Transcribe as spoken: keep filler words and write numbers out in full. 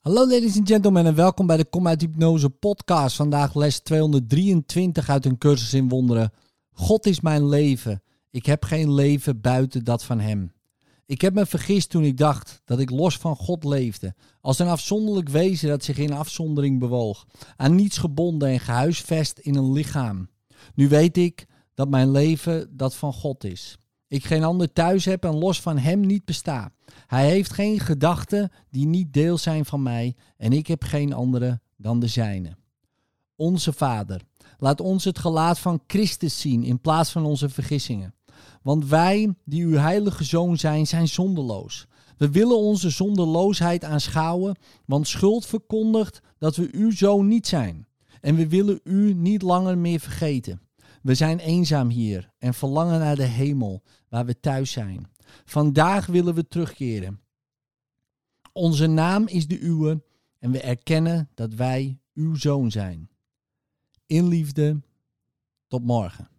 Hallo ladies and gentlemen en welkom bij de Kom uit Hypnose podcast. Vandaag les tweehonderddrieëntwintig uit een cursus in wonderen. God is mijn leven. Ik heb geen leven buiten dat van hem. Ik heb me vergist toen ik dacht dat ik los van God leefde. Als een afzonderlijk wezen dat zich in afzondering bewoog. Aan niets gebonden en gehuisvest in een lichaam. Nu weet ik dat mijn leven dat van God is. Ik geen ander thuis heb en los van hem niet besta. Hij heeft geen gedachten die niet deel zijn van mij en ik heb geen andere dan de zijne. Onze Vader, laat ons het gelaat van Christus zien in plaats van onze vergissingen. Want wij die uw heilige zoon zijn, zijn zonderloos. We willen onze zonderloosheid aanschouwen, want schuld verkondigt dat we uw zoon niet zijn. En we willen u niet langer meer vergeten. We zijn eenzaam hier en verlangen naar de hemel, waar we thuis zijn. Vandaag willen we terugkeren. Onze naam is de uwe en we erkennen dat wij uw zoon zijn. In liefde, tot morgen.